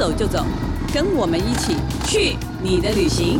走就走，跟我们一起去你的旅行。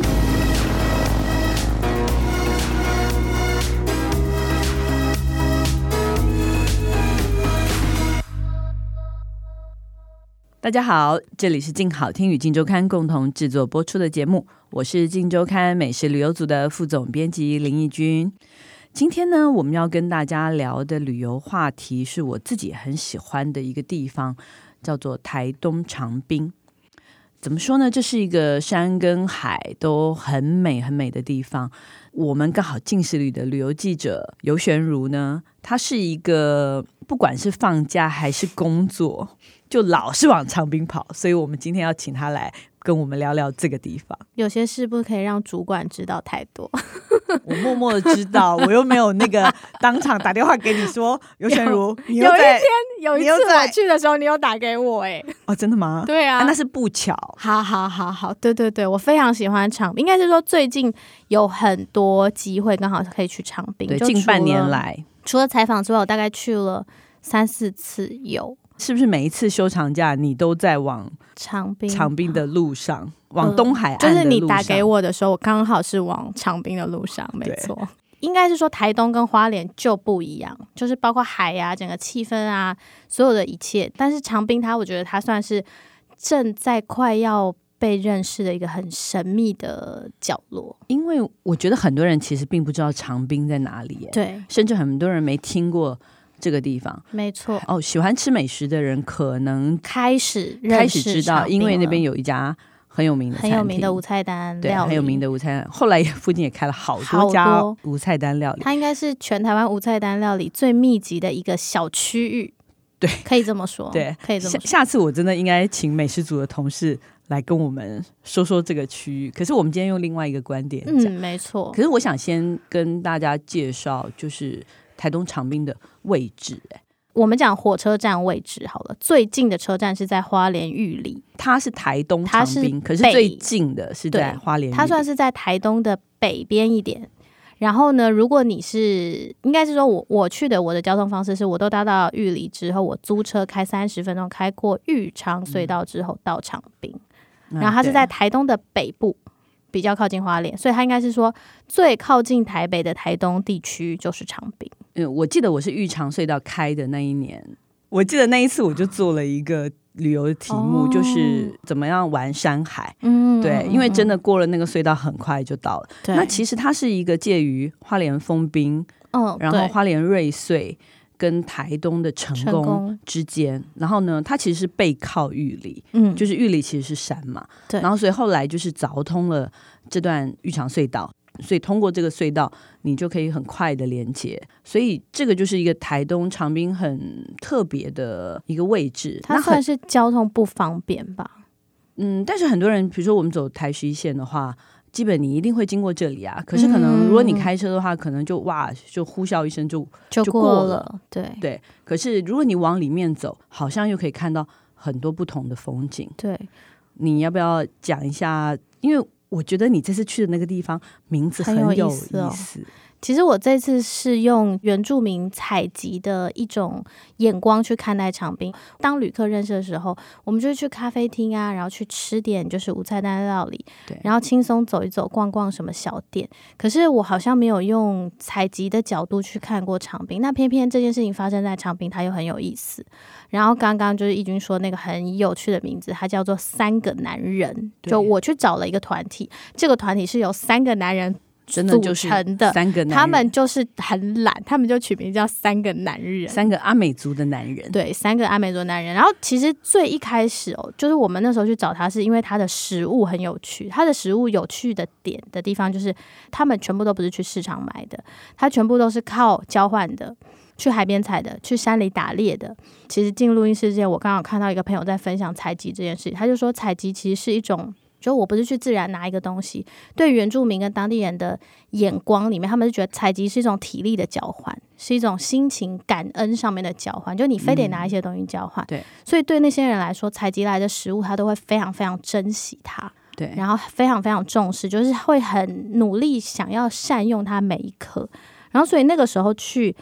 大家好，这里是静好听与静周刊共同制作播出的节目，我是静周刊美食旅游组的副总编辑林义君。今天呢，我们要跟大家聊的旅游话题是我自己很喜欢的一个地方，叫做台东长滨。怎么说呢？这是一个山跟海都很美很美的地方。我们刚好近视旅的旅游记者游玄如呢，他是一个不管是放假还是工作，就老是往长滨跑，所以我们今天要请他来跟我们聊聊这个地方。 有些事不可以让主管知道太多。 我默默的知道，我又没有那个当场打电话给你说游玄如，你有一次我去的时候，你有打给我哦，真的吗？ 对啊， 那是不巧。 好，对，我非常喜欢长滨，应该是说最近有很多机会刚好可以去长滨。 对，近半年来， 除了采访之外，我大概去了3-4次有。 是不是每一次休长假你都在往长滨的路上，往东海岸的路上？ 就是你打给我的时候，我刚好是往长滨的路上，没错。应该是说台东跟花莲就不一样，就是包括海啊、整个气氛啊，所有的一切。但是长滨我觉得它算是正在快要被认识的一个很神秘的角落。 因为我觉得很多人其实并不知道长滨在哪里， 对， 甚至很多人没听过这个地方。 没错。 哦，喜欢吃美食的人可能开始知道，因为那边有一家很有名的餐厅， 很有名的无菜单料理， 对，很有名的无菜单。后来附近也开了好多家无菜单料理， 它应该是全台湾无菜单料理最密集的一个小区域。 对， 可以这么说。 对， 可以这么说。 下次我真的应该请美食组的同事来跟我们说说这个区域。可是我们今天用另外一个观点讲， 没错。 可是我想先跟大家介绍，就是台东长滨的位置。 我们讲火车站位置好了，最近的车站是在花莲玉里， 它是台东长滨，可是最近的是在花莲玉里， 它算是在台东的北边一点。然后呢，如果你是，应该是说我去的，我的交通方式是我都搭到玉里之后，我租车开30分钟，开过玉长隧道之后到长滨。然后它是在台东的北部，比较靠近花莲，所以它应该是说最靠近台北的台东地区就是长滨。 我记得我是玉长隧道开的那一年，我记得那一次我就做了一个旅游的题目，就是怎么样玩山海。对，因为真的过了那个隧道很快就到了。那其实它是一个介于花莲丰滨，然后花莲瑞穗跟台东的成功之间。然后呢，它其实是背靠玉里，就是玉里其实是山嘛。对，然后所以后来就是凿通了这段玉长隧道。所以通过这个隧道你就可以很快的连接，所以这个就是一个台东长滨很特别的一个位置。 它算是交通不方便吧。 但是很多人比如说我们走台11线的话，基本你一定会经过这里啊。可是可能如果你开车的话，可能就呼啸一声就过了。对。可是如果你往里面走，好像又可以看到很多不同的风景。 对， 你要不要讲一下？因为我觉得你这次去的那个地方名字很有意思。 其实我这次是用原住民采集的一种眼光去看待长滨。当旅客认识的时候，我们就会去咖啡厅啊，然后去吃点就是无菜单料理，然后轻松走一走，逛逛什么小店。可是我好像没有用采集的角度去看过长滨，那偏偏这件事情发生在长滨，它又很有意思。然后刚刚就是义军说那个很有趣的名字，它叫做3个男人。就我去找了一个团体，这个团体是由3个男人真的就是组成的 3个男人， 他们就是很懒，他们就取名叫3个男人 ，3个阿美族的男人。 对，3个阿美族的男人。然后其实最一开始就是我们那时候去找他，是因为他的食物很有趣。他的食物有趣的点的地方，就是他们全部都不是去市场买的，他全部都是靠交换的。去海边采的，去山里打猎的。其实进录音室之前，我刚好看到一个朋友在分享采集这件事，他就说采集其实是一种，就我不是去自然拿一个东西，对原住民跟当地人的眼光里面，他们是觉得采集是一种体力的交换，是一种心情感恩上面的交换，就你非得拿一些东西交换。对，所以对那些人来说，采集来的食物他都会非常非常珍惜它。对，然后非常非常重视，就是会很努力想要善用它每一颗。然后所以那个时候去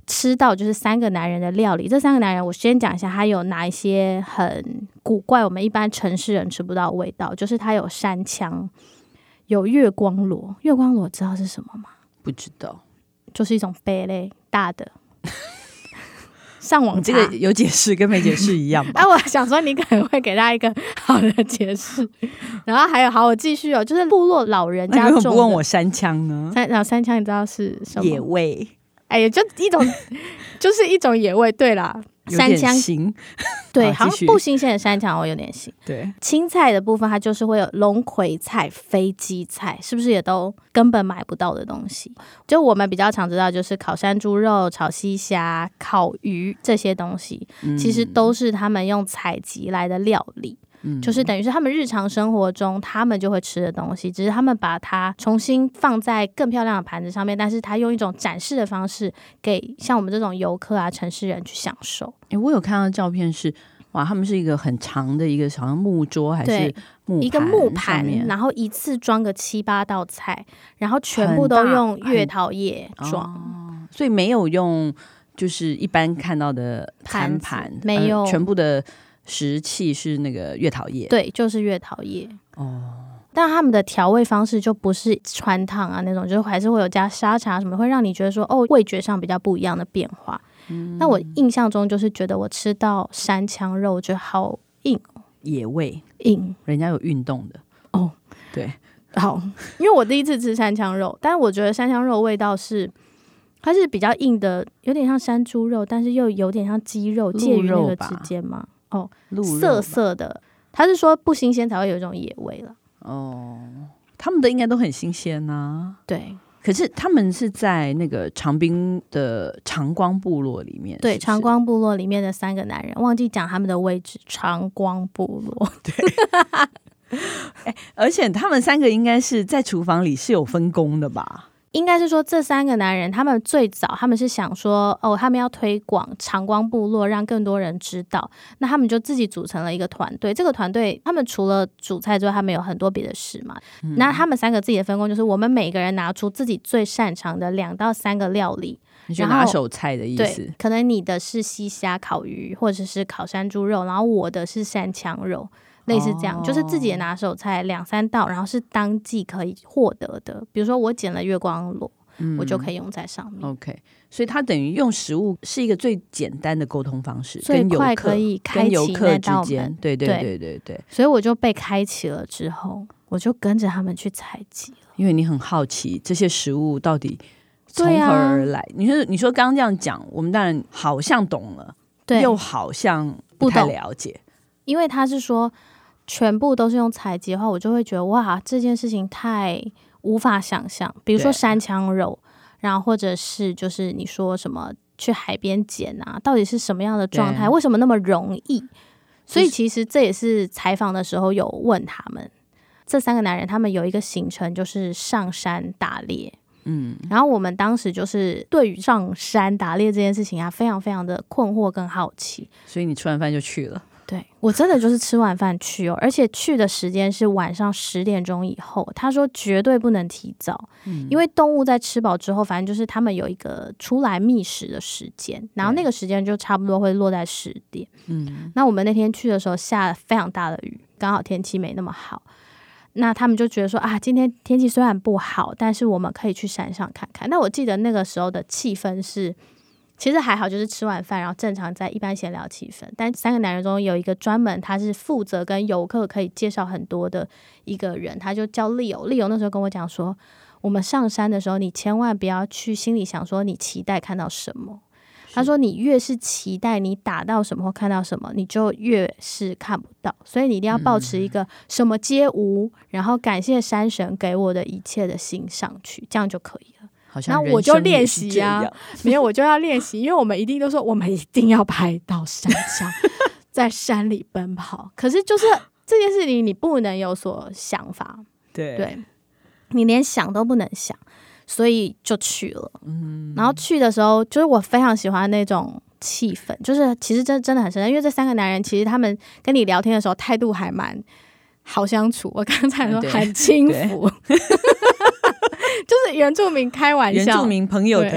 吃到就是3个男人的料理。这3个男人我先讲一下，他有哪一些很古怪我们一般城市人吃不到的味道，就是他有山羌，有月光螺。月光螺知道是什么吗？ 不知道， 就是一种贝类大的上网查， 这个有解释跟没解释一样吧？ 我想说你可能会给他一个好的解释。然后还有，好，我继续就是部落老人家种的。 你为什么不问我山羌呢？ 山羌你知道是什么？ 野味。 哎呀，就一种，就是一种野味。对啦，山羌腥， 对，好像不新鲜的山羌我有点腥。 对， 青菜的部分它就是会有龙葵菜、飞机菜，是不是也都根本买不到的东西？就我们比较常知道就是烤山猪肉、炒西虾、烤鱼这些东西，其实都是他们用采集来的料理。就是等于是他们日常生活中他们就会吃的东西，只是他们把它重新放在更漂亮的盘子上面，但是他用一种展示的方式给像我们这种游客啊城市人去享受。 我有看到照片是哇，他们是一个很长的一个好像木桌还是一个木盘，然后一次装个7、8道菜，然后全部都用月桃叶装， 所以没有用就是一般看到的餐盘， 没有全部的食器是那个月桃叶， 对，就是月桃叶但他们的调味方式就不是川烫啊那种，就还是会有加沙茶什么，会让你觉得说味觉上比较不一样的变化。那我印象中就是觉得我吃到山羌肉，我觉得好硬野味硬， 人家有运动的对， 好，因为我第一次吃山羌肉，但是我觉得山羌肉味道是。它是比较硬的，有点像山猪肉，但是又有点像鸡肉，介于那个之间嘛。涩涩的，他是说不新鲜才会有一种野味了。 他们的应该都很新鲜啊。 对， 可是他们是在那个长滨的长光部落里面， 对，长光部落里面的3个男人，忘记讲他们的位置，长光部落。 对，而且他们3个应该是在厨房里是有分工的吧？ 应该是说这3个男人他们最早他们是想说他们要推广长光部落，让更多人知道，那他们就自己组成了一个团队。这个团队他们除了煮菜之外，他们有很多别的事嘛。那他们3个自己的分工就是我们每个人拿出自己最擅长的2到3个料理， 你就拿手菜的意思。 对，可能你的是西虾烤鱼，或者是烤山猪肉，然后我的是山羌肉，类似这样，就是自己的拿手菜2、3道，然后是当季可以获得的。比如说我捡了月光螺，我就可以用在上面。 OK， 所以它等于用食物是一个最简单的沟通方式， 最快可以开启那道门。 对对对对对。 所以我就被开启了之后，我就跟着他们去采集了。 因为你很好奇这些食物到底从何而来。你说刚刚这样讲，我们当然好像懂了，对，又好像不太了解。 因为他是说全部都是用采集的话，我就会觉得哇，这件事情太无法想象。比如说山羌肉，然后或者是就是你说什么去海边捡啊，到底是什么样的状态？为什么那么容易？所以其实这也是采访的时候有问他们，这3个男人他们有一个行程就是上山打猎。然后我们当时就是对于上山打猎这件事情啊，非常非常的困惑跟好奇。 所以你吃完饭就去了？ 对，我真的就是吃完饭去而且去的时间是晚上10点钟以后。他说绝对不能提早，因为动物在吃饱之后，反正就是他们有一个出来觅食的时间，然后那个时间就差不多会落在10点。那我们那天去的时候下了非常大的雨，刚好天气没那么好。那他们就觉得说今天天气虽然不好，但是我们可以去山上看看。那我记得那个时候的气氛是其实还好，就是吃完饭然后正常在一般闲聊气氛。但3个男人中有一个专门他是负责跟游客可以介绍很多的一个人，他就叫Leo。那时候跟我讲说，我们上山的时候你千万不要去心里想说你期待看到什么，他说你越是期待你打到什么或看到什么，你就越是看不到。所以你一定要抱持一个什么皆无，然后感谢山神给我的一切的心上去，这样就可以了。 那我就练习没有，我就要练习，因为我们一定都说我们一定要拍到山羌在山里奔跑。可是就是这件事情你不能有所想法，对，你连想都不能想，所以就去了。然后去的时候，就是我非常喜欢那种气氛，就是其实真的很深刻，因为这3个男人其实他们跟你聊天的时候态度还蛮好相处。我刚才说很轻浮。就是原住民开玩笑， 原住民朋友的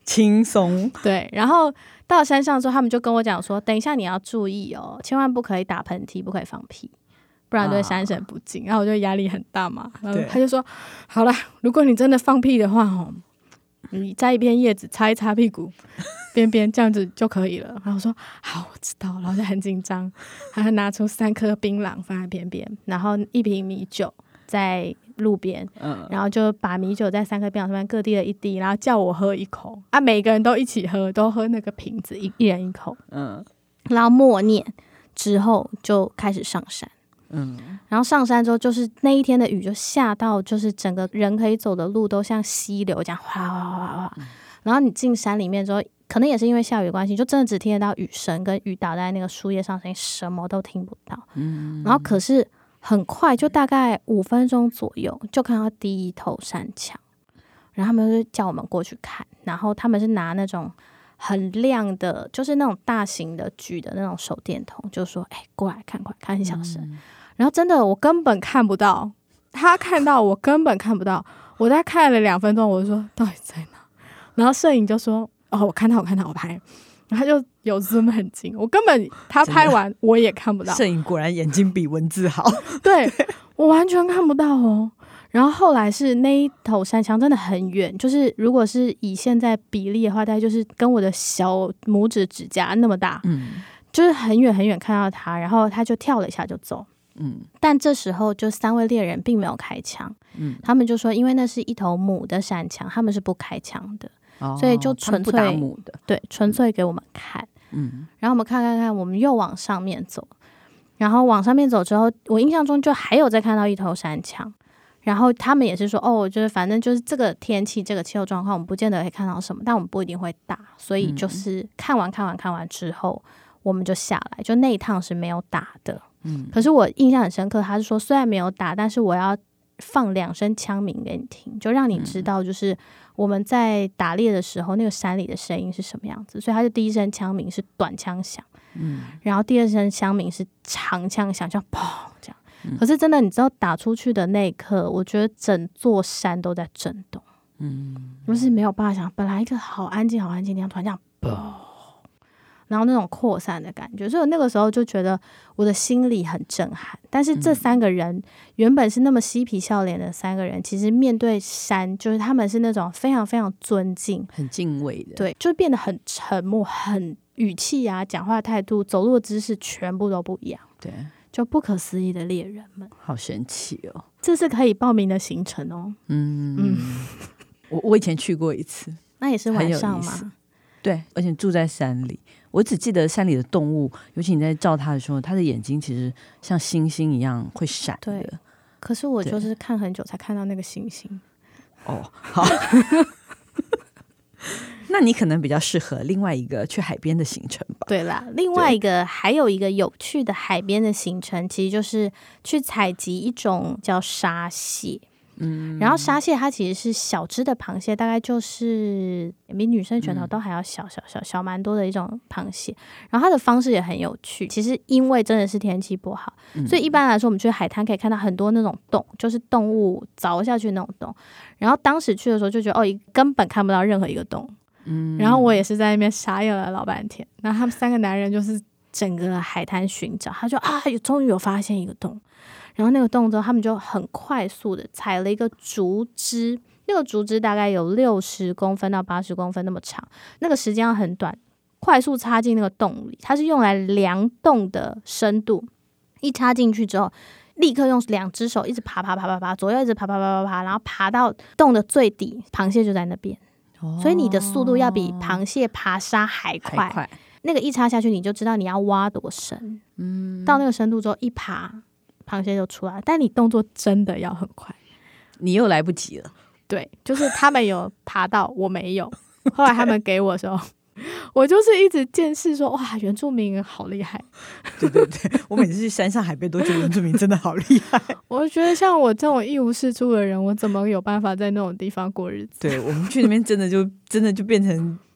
轻松。 对，然后到山上之后，他们就跟我讲说，等一下你要注意哦，千万不可以打喷嚏，不可以放屁，不然对山神不敬。然后我就压力很大嘛，然后他就说，好啦，如果你真的放屁的话哦，你摘一片叶子擦一擦屁股边边，这样子就可以了。然后我说好，我知道。然后就很紧张，还拿出3颗槟榔放在边边，然后1瓶米酒在路边，然后就把米酒在3颗槟榔上面各滴了1滴，然后叫我喝1口啊，每个人都一起喝，都喝那个瓶子，一人1口，然后默念之后就开始上山。然后上山之后，就是那一天的雨就下到，就是整个人可以走的路都像溪流这样哗哗哗哗。然后你进山里面之后，可能也是因为下雨的关系，就真的只听得到雨声跟雨打在那个树叶上声音，什么都听不到。然后可是很快，就大概5分钟左右，就看到第一头山墙。然后他们就叫我们过去看，然后他们是拿那种很亮的，就是那种大型的举的那种手电筒，就说：“哎，过来看，快看，很小声。”然后真的，我根本看不到，他看到我根本看不到。我在看了2分钟，我就说到底在哪？然后摄影就说：“哦，我看到，我拍。”然后他就有 zoom 很近，我根本他拍完我也看不到。 摄影果然眼睛比文字好， 对我完全看不到哦。然后后来是那一头山墙真的很远，就是如果是以现在比例的话，大概就是跟我的小拇指指甲那么大，就是很远很远看到他，然后他就跳了一下就走。但这时候就3位猎人并没有开枪，他们就说因为那是一头母的山墙，他们是不开枪的，所以就纯粹不打母的， 对，纯粹给我们看。然后我们看，我们又往上面走，然后往上面走之后，我印象中就还有再看到一头山墙，然后他们也是说哦，就是反正就是这个天气这个气候状况，我们不见得会看到什么，但我们不一定会打，所以就是看完之后，我们就下来，就那一趟是没有打的。可是我印象很深刻，他是说虽然没有打，但是我要放2声枪鸣给你听，就让你知道就是我们在打猎的时候那个山里的声音是什么样子。所以他就第1声枪鸣是短枪响，然后第2声枪鸣是长枪响，像砰这样。可是真的你知道打出去的那一刻，我觉得整座山都在震动，就是没有办法想，本来一个好安静的地方突然这样砰，然后那种扩散的感觉，所以我那个时候就觉得我的心里很震撼。但是这3个人原本是那么嬉皮笑脸的3个人，其实面对山，就是他们是那种非常非常尊敬、 很敬畏的， 对，就变得很沉默，很语气啊、讲话态度、走路的姿势全部都不一样， 对， 就不可思议的猎人们， 好神奇哦！ 这是可以报名的行程哦。 我以前去过一次， 那也是晚上吗？ 对，而且住在山里。我只记得山里的动物，尤其你在照它的时候，它的眼睛其实像星星一样会闪的。 对，可是我就是看很久才看到那个星星。 哦，好。那你可能比较适合另外一个去海边的行程吧？ 对啦，另外一个还有一个有趣的海边的行程，其实就是去采集一种叫沙蟹。然后沙蟹它其实是小只的螃蟹，大概就是比女生拳头都还要小蛮多的一种螃蟹。然后它的方式也很有趣，其实因为真的是天气不好，所以一般来说我们去海滩可以看到很多那种洞，就是动物凿下去那种洞。然后当时去的时候就觉得根本看不到任何一个洞。然后我也是在那边傻眼了老半天。然后他们3个男人就是整个海滩寻找，他就终于有发现一个洞。然后那个洞之后，他们就很快速的采了一个竹枝，那个竹枝大概有60公分到80公分那么长，那个时间要很短，快速插进那个洞里。它是用来量洞的深度，一插进去之后，立刻用2只手一直爬，左右一直爬，然后爬到洞的最底，螃蟹就在那边。所以你的速度要比螃蟹爬沙还快。那个一插下去，你就知道你要挖多深。到那个深度之后一爬，螃蟹就出来，但你动作真的要很快， 你又来不及了。 对，就是他们有爬到，我没有。后来他们给我的时候，我就是一直见识说，哇，原住民好厉害。 对，我每次去山上海边都觉得原住民真的好厉害。 我觉得像我这种一无是处的人，我怎么有办法在那种地方过日子？ 对，我们去那边真的就变成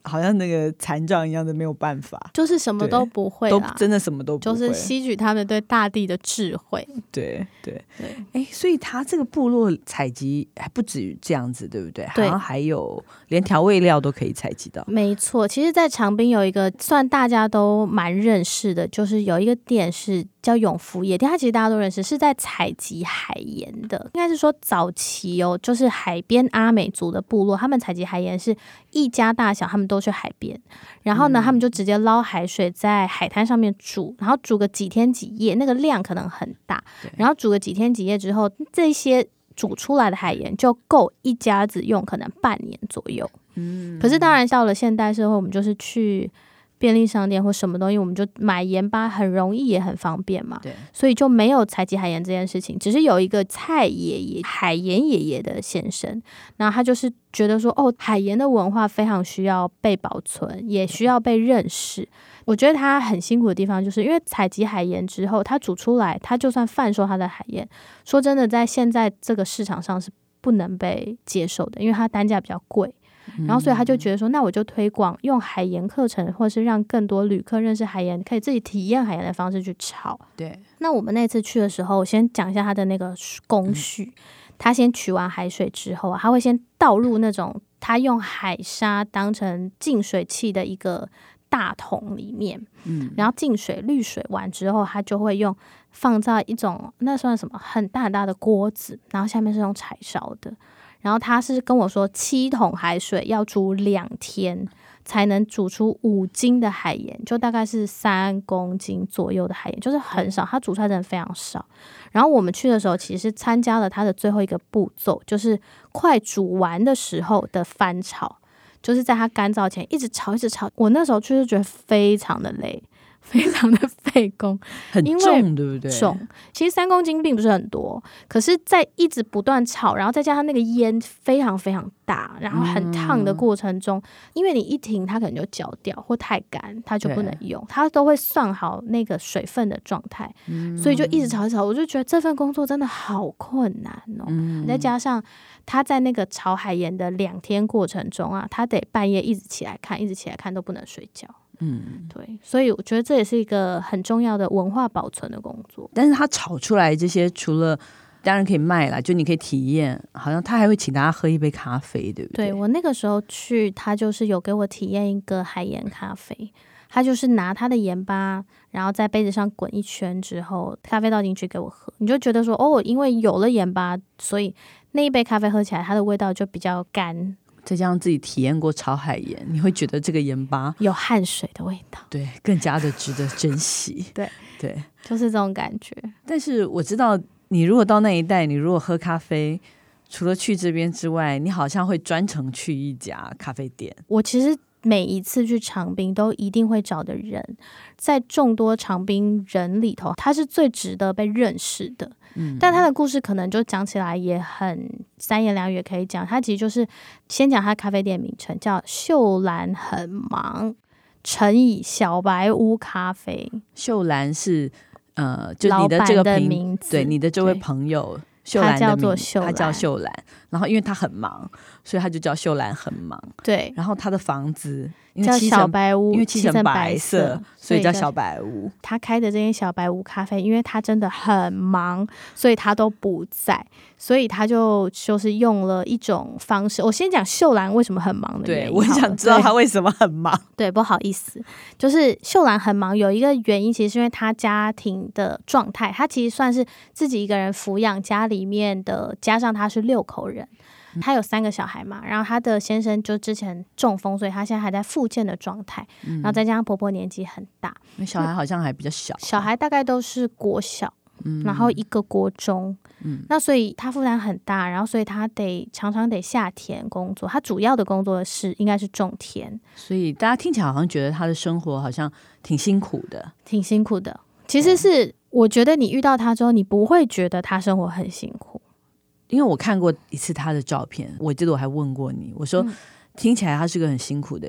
好像那个残障一样的没有办法， 就是什么都不会啦， 都真的什么都不会， 就是吸取他们对大地的智慧。 对对对，所以他这个部落采集还不止于这样子，对不对？好像还有连调味料都可以采集到。 没错，其实在长滨有一个算大家都蛮认识的，就是有一个店是叫永福夜店，它其实大家都认识，是在采集海盐的。应该是说早期就是海边阿美族的部落，他们采集海盐是一家大小，他们都去海边，然后呢，他们就直接捞海水在海滩上面煮，然后煮个几天几夜，那个量可能很大，然后煮个几天几夜之后，这些煮出来的海盐就够一家子用，可能半年左右。可是当然到了现代社会，我们就是去便利商店或什么东西，我们就买盐巴很容易也很方便嘛，所以就没有采集海盐这件事情。只是有一个蔡爷爷海盐爷爷的先生，然后他就是觉得说海盐的文化非常需要被保存，也需要被认识。我觉得他很辛苦的地方就是因为采集海盐之后，他煮出来，他就算贩售他的海盐，说真的在现在这个市场上是不能被接受的，因为它单价比较贵。然后所以他就觉得说，那我就推广用海盐课程，或是让更多旅客认识海盐，可以自己体验海盐的方式去炒。 对， 那我们那次去的时候，我先讲一下他的那个工序。他先取完海水之后他会先倒入那种他用海沙当成净水器的一个大桶里面，然后净水滤水完之后，他就会放在一种那算什么很大很大的锅子，然后下面是用柴烧的。然后他是跟我说7桶海水要煮2天才能煮出5斤的海盐，就大概是3公斤左右的海盐，就是很少，他煮出来真的非常少。然后我们去的时候其实参加了他的最后一个步骤，就是快煮完的时候的翻炒，就是在它干燥前一直炒一直炒。我那时候去就觉得非常的累，非常的费工， 很重，对不对？ 重，其实3公斤并不是很多，可是在一直不断炒，然后再加上那个烟非常非常大，然后很烫的过程中，因为你一停它可能就焦掉或太干，它就不能用，它都会算好那个水分的状态，所以就一直炒一炒。我就觉得这份工作真的好困难再加上他在那个炒海盐的2天过程中他得半夜一直起来看，一直起来看都不能睡觉。对，所以我觉得这也是一个很重要的文化保存的工作。 但是他炒出来这些，除了当然可以卖啦，就你可以体验，好像他还会请大家喝一杯咖啡，对不对？ 对，我那个时候去，他就是有给我体验一个海盐咖啡，他就是拿他的盐巴，然后在杯子上滚一圈之后，咖啡倒进去给我喝，你就觉得说因为有了盐巴，所以那一杯咖啡喝起来它的味道就比较干。 再加上自己体验过炒海盐，你会觉得这个盐巴有汗水的味道， 对，更加的值得珍惜。 对对， 就是这种感觉。 但是我知道，你如果到那一带，你如果喝咖啡，除了去这边之外，你好像会专程去一家咖啡店。 我其实每一次去长滨都一定会找的人，在众多长滨人里头，他是最值得被认识的。但他的故事可能就讲起来也很3言2语可以讲。他其实就是先讲他咖啡店名称叫秀兰很忙乘以小白屋咖啡。 秀兰是就你的这个名字， 对，你的这位朋友秀兰的他叫做秀兰， 他叫秀兰，然后因为他很忙，所以他就叫秀兰很忙。 对， 然后他的房子叫小白屋， 因为漆成白色，所以叫小白屋。 他开的这间小白屋咖啡，因为他真的很忙，所以他都不在，所以他就是用了一种方式。我先讲秀兰为什么很忙的原因。 对，我很想知道他为什么很忙。 对，不好意思，就是秀兰很忙，有一个原因，其实是因为他家庭的状态，他其实算是自己一个人抚养家里面的，加上他是6口人。他有3个小孩嘛，然后他的先生就之前中风，所以他现在还在复健的状态，然后再加上婆婆年纪很大， 小孩好像还比较小， 小孩大概都是国小，然后1个国中，那所以他负担很大，然后所以他常常得下田工作，他主要的工作应该是种田， 所以大家听起来好像觉得他的生活好像挺辛苦的， 挺辛苦的。其实是我觉得你遇到他之后，你不会觉得他生活很辛苦。 因为我看过一次他的照片，我记得我还问过你，我说听起来他是个很辛苦的人，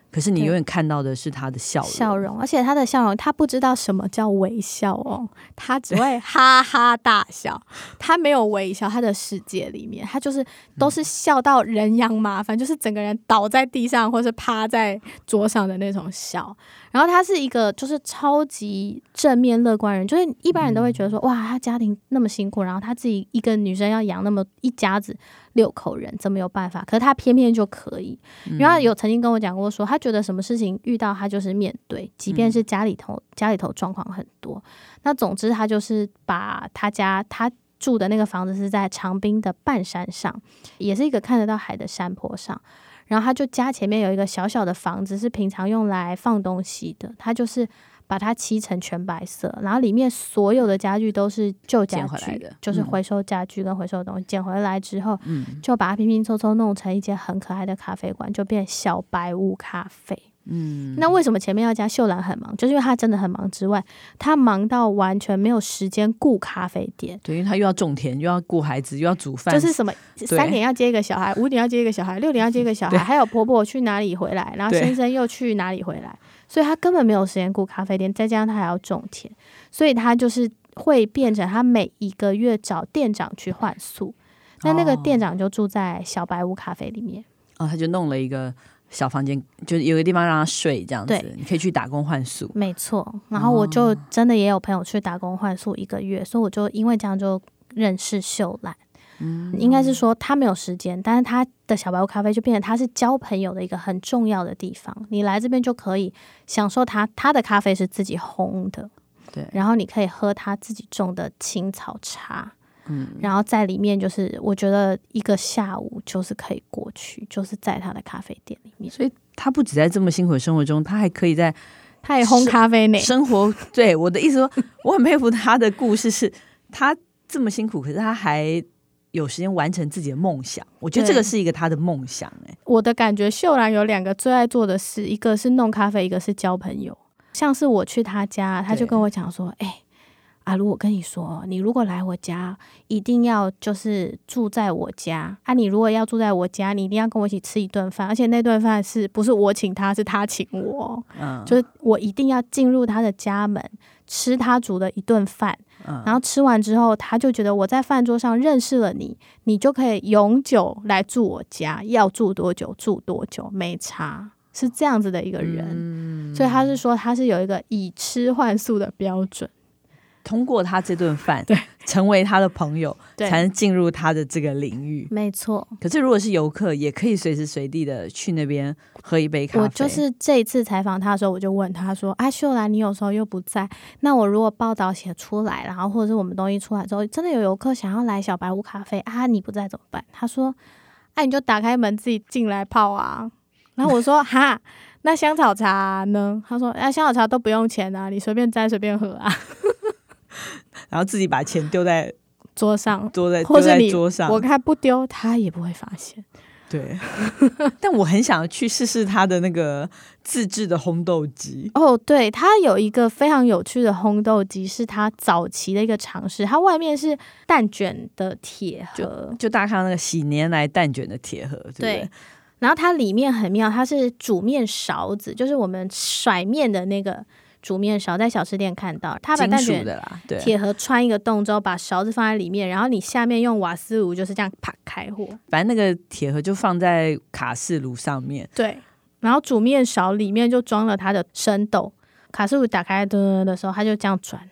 可是你永远看到的是他的笑容， 而且他的笑容，他不知道什么叫微笑哦，他只会哈哈大笑，他没有微笑，他的世界里面，他就是都是笑到人仰马翻，就是整个人倒在地上或是趴在桌上的那种笑。然后他是一个就是超级正面乐观人，就是一般人都会觉得说，哇，他家庭那么辛苦，然后他自己一个女生要养那么一家子6口人，怎么有办法？可是他偏偏就可以，因为他有曾经跟我讲过说，他觉得什么事情遇到他就是面对，即便是家里头状况很多，那总之他就是把他住的那个房子是在长滨的半山上，也是一个看得到海的山坡上。然后他就家前面有一个小小的房子，是平常用来放东西的。他就是把它漆成全白色，然后里面所有的家具都是旧家具，就是回收家具跟回收的东西捡回来之后，就把它拼拼凑凑弄成一间很可爱的咖啡馆，就变小白屋咖啡。那为什么前面要加秀兰很忙？就是因为他真的很忙之外，他忙到完全没有时间顾咖啡店。 对，因为他又要种田，又要顾孩子，又要煮饭， 就是什么3点要接一个小孩，5点要接一个小孩，6点要接一个小孩，还有婆婆去哪里回来，然后先生又去哪里回来，所以他根本没有时间顾咖啡店，再加上他还要种田，所以他就是会变成他每一个月找店长去换宿。那个店长就住在小白屋咖啡里面， 他就弄了一个小房间，就是有个地方让他睡这样子，你可以去打工换宿。 没错，然后我就真的也有朋友去打工换宿1个月，所以我就因为这样就认识秀兰。应该是说他没有时间，但是他的小白屋咖啡就变成他是交朋友的一个很重要的地方。你来这边就可以享受他的咖啡是自己烘的，对，然后你可以喝他自己种的青草茶。然后在里面就是我觉得一个下午就是可以过去，就是在他的咖啡店里面。 所以他不止在这么辛苦的生活中，他还可以他也烘咖啡呢。 生活，对，我的意思说，我很佩服他的故事是，他这么辛苦，可是他还有时间完成自己的梦想。我觉得这个是一个他的梦想。 我的感觉，秀兰有2个最爱做的事，一个是弄咖啡，一个是交朋友。像是我去他家，他就跟我讲说，阿如，我跟你说，你如果来我家，一定要就是住在我家啊！你如果要住在我家，你一定要跟我一起吃一顿饭，而且那顿饭是不是我请他，是他请我，就是我一定要进入他的家门，吃他煮的一顿饭，然后吃完之后，他就觉得我在饭桌上认识了你，你就可以永久来住我家，要住多久住多久，没差，是这样子的一个人。所以他是说，他是有一个以吃换宿的标准。 通过他这顿饭，对，成为他的朋友，才能进入他的这个领域。 没错。 可是如果是游客，也可以随时随地的去那边喝一杯咖啡。 我就是这一次采访他的时候，我就问他说：“秀兰，你有时候又不在，那我如果报道写出来，然后或者是我们东西出来之后，真的有游客想要来小白屋咖啡啊，你不在怎么办？”他说：“你就打开门自己进来泡啊。”然后我说：“哈，那香草茶呢？”他说：“香草茶都不用钱啊，你随便摘随便喝啊。” 然后自己把钱丢在桌上， 或者你桌上， 我看不丢他也不会发现。 对，但我很想去试试他的那个自制的烘豆机。 对，他有一个非常有趣的烘豆机，是他早期的一个尝试。它外面是蛋卷的铁盒， 就大家看到那个洗年来蛋卷的铁盒，对不对？ 然后它里面很妙，它是煮面勺子，就是我们甩面的那个煮面勺，在小吃店看到，他把蛋卷铁盒穿一个洞之后，把勺子放在里面，然后你下面用瓦斯炉就是这样啪开火， 反正那个铁盒就放在卡式炉上面， 对，然后煮面勺里面就装了它的生豆，卡式炉打开的时候，它就这样转，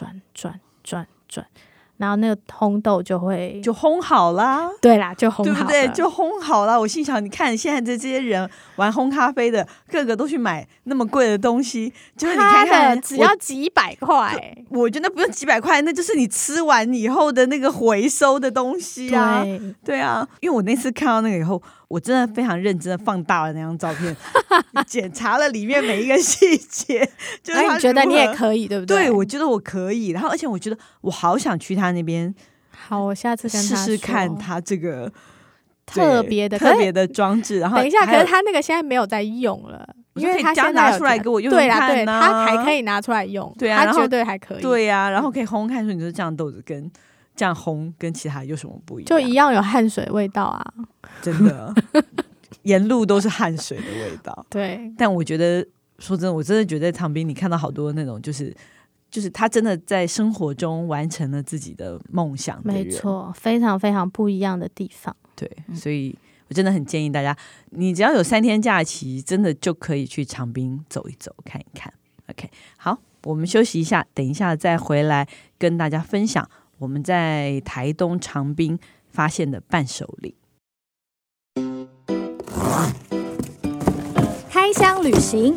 然后那个烘豆就烘好啦， 对啦，就烘好了， 对不对？就烘好了。我心想，你看现在这些人玩烘咖啡的，个个都去买那么贵的东西，就是你看看， 只要几百块。 我觉得不用几百块，那就是你吃完以后的那个回收的东西啊。对啊，因为我那次看到那个以后，我真的非常认真的放大了那张照片，检查了里面每一个细节。就是你觉得你也可以，对不对？ 对，我觉得我可以。然后，而且我觉得我好想去他那边。 好，我下次跟他试试看他这个特别的装置。然后等一下，可是他那个现在没有在用了，因为他现在拿出来给我用用看。 对，他还可以拿出来用， 对啊， 他绝对还可以。 对啊，然后可以烘看说，你说这样豆子跟这样烘跟其他有什么不一样？ 就一样有汗水味道啊， 真的。 沿路都是汗水的味道。 对， 但我觉得说真的，我真的觉得在长滨你看到好多那种就是他真的在生活中完成了自己的梦想的人， 没错，非常非常不一样的地方。 对，所以我真的很建议大家，你只要有3天假期，真的就可以去长滨走一走看一看。 OK， 好，我们休息一下，等一下再回来跟大家分享我们在台东长滨发现的伴手礼。 开箱旅行。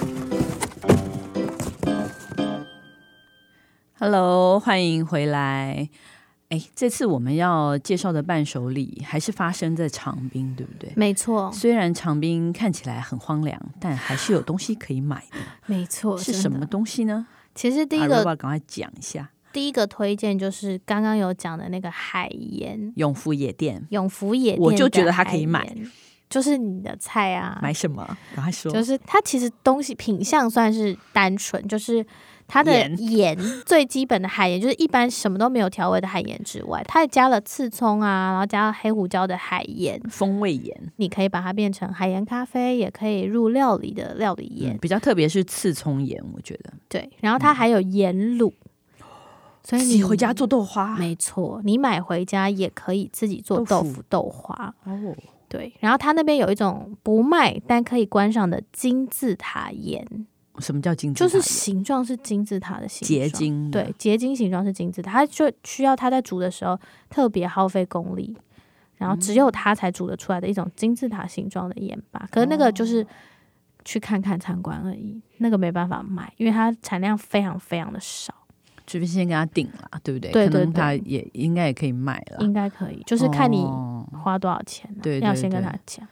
Hello， 欢迎回来。这次我们要介绍的伴手礼还是发生在长滨，对不对？ 没错， 虽然长滨看起来很荒凉，但还是有东西可以买的。 没错， 是什么东西呢？ 其实第一个， 要不要赶快讲一下？ 第一个推荐就是刚刚有讲的那个海盐， 永福野店。 永福野店， 我就觉得它可以买， 就是你的菜啊。 买什么？赶快说。 就是它其实东西品相算是单纯，就是它的盐最基本的海盐，就是一般什么都没有调味的海盐之外，它也加了刺葱啊，然后加了黑胡椒的海盐， 风味盐。 你可以把它变成海盐咖啡，也可以入料理的料理盐。 比较特别是刺葱盐，我觉得。 对，然后它还有盐卤。所以你回家做豆花， 没错，你买回家也可以自己做豆腐豆花哦。 对，然后它那边有一种不卖但可以观赏的金字塔盐。 什么叫金字塔盐？ 就是形状是金字塔的形状， 结晶。 对，结晶形状是金字塔，它就需要它在煮的时候特别耗费功力，然后只有它才煮得出来的一种金字塔形状的盐巴。可是那个就是去看看参观而已，那个没办法买，因为它产量非常非常的少。 除非先跟他订啦，对不对？ 对对对， 可能他也应该也可以卖啦， 应该可以，就是看你花多少钱啊， 对， 要先跟他讲。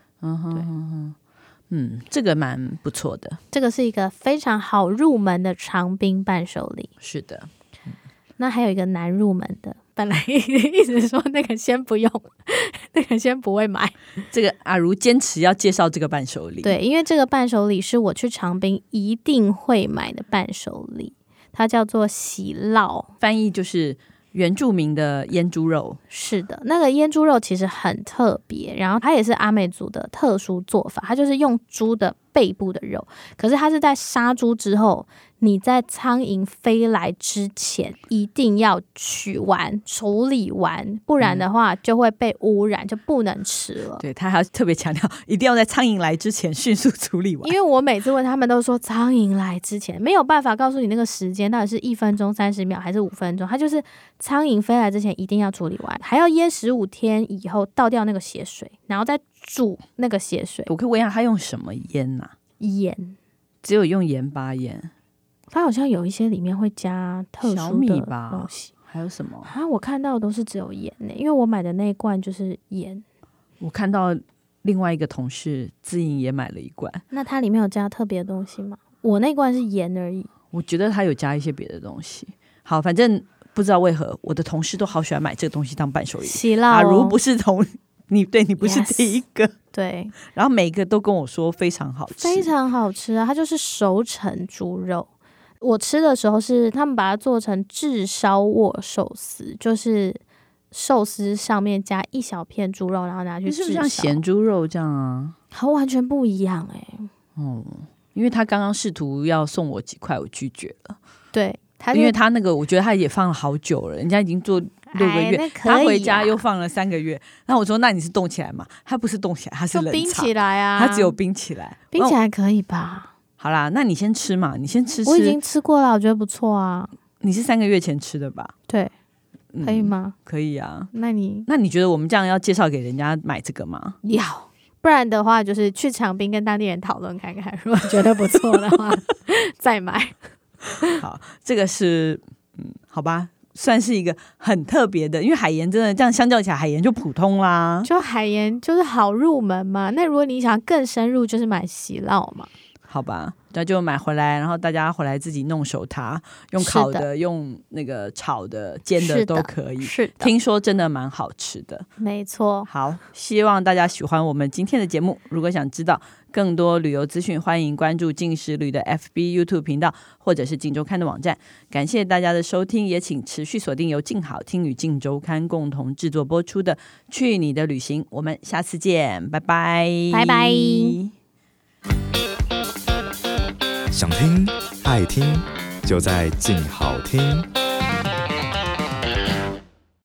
这个蛮不错的， 这个是一个非常好入门的长滨伴手礼。 是的。 那还有一个难入门的，本来一直说那个先不用，那个先不会买。 这个阿如坚持要介绍这个伴手礼， 对，因为这个伴手礼是我去长滨一定会买的伴手礼。它叫做喜烙， 翻译就是原住民的腌猪肉。 是的，那个腌猪肉其实很特别，然后它也是阿美族的特殊做法，它就是用猪的背部的肉，可是它是在杀猪之后，你在苍蝇飞来之前一定要取完处理完，不然的话就会被污染，就不能吃了。 对，他还要特别强调一定要在苍蝇来之前迅速处理完， 因为我每次问他们都说苍蝇来之前，没有办法告诉你那个时间到底是1分钟30秒还是5分钟，它就是苍蝇飞来之前一定要处理完，还要腌15天以后倒掉那个血水，然后再煮那个血水。 我可以问一下他用什么腌啊？ 盐， 只有用盐巴腌。 它好像有一些里面会加特殊的小米吧东西， 还有什么啊？我看到的都是只有盐呢，因为我买的那一罐就是盐。 我看到另外一个同事自营也买了一罐， 那它里面有加特别的东西吗？我那罐是盐而已。 我觉得他有加一些别的东西。好，反正不知道为何我的同事都好喜欢买这个东西当伴手礼。 喜烙阿如不是你不是 Yes 第一个。 对， 然后每个都跟我说非常好吃， 非常好吃啊！它就是熟成猪肉。我吃的时候是他们把它做成炙烧握寿司，就是寿司上面加一小片猪肉，然后拿去炙烧， 是不是像咸猪肉这样啊？ 它完全不一样因为他刚刚试图要送我几块，我拒绝了。 对， 因为他那个我觉得他也放了好久了，人家已经做6个月，他回家又放了3个月。然后我说那你是冻起来吗？他不是冻起来，他是冷藏冰起来啊， 他只有冰起来， 冰起来可以吧？ 好啦，那你先吃嘛，你先吃。 我已经吃过了，我觉得不错啊。 你是3个月前吃的吧？ 对，可以吗？ 可以啊。 那你觉得我们这样要介绍给人家买这个吗？ 要，不然的话就是去长滨跟当地人讨论看看，如果觉得不错的话再买。 好，这个是好吧，算是一个很特别的，因为海盐真的这样相较起来，海盐就普通啦。 就海盐就是好入门嘛。那如果你想更深入，就是买喜烙嘛。 好吧，那就买回来，然后大家回来自己弄熟它，用烤的，用那个炒的、煎的都可以。 是的， 听说真的蛮好吃的。 没错。 好，希望大家喜欢我们今天的节目。如果想知道更多旅游资讯，欢迎关注镜时旅的 FB、YouTube 频道，或者是镜周刊的网站。感谢大家的收听，也请持续锁定由镜好听与镜周刊共同制作播出的《去你的旅行》。我们下次见，拜拜， 拜拜。 想听爱听，就在镜好听。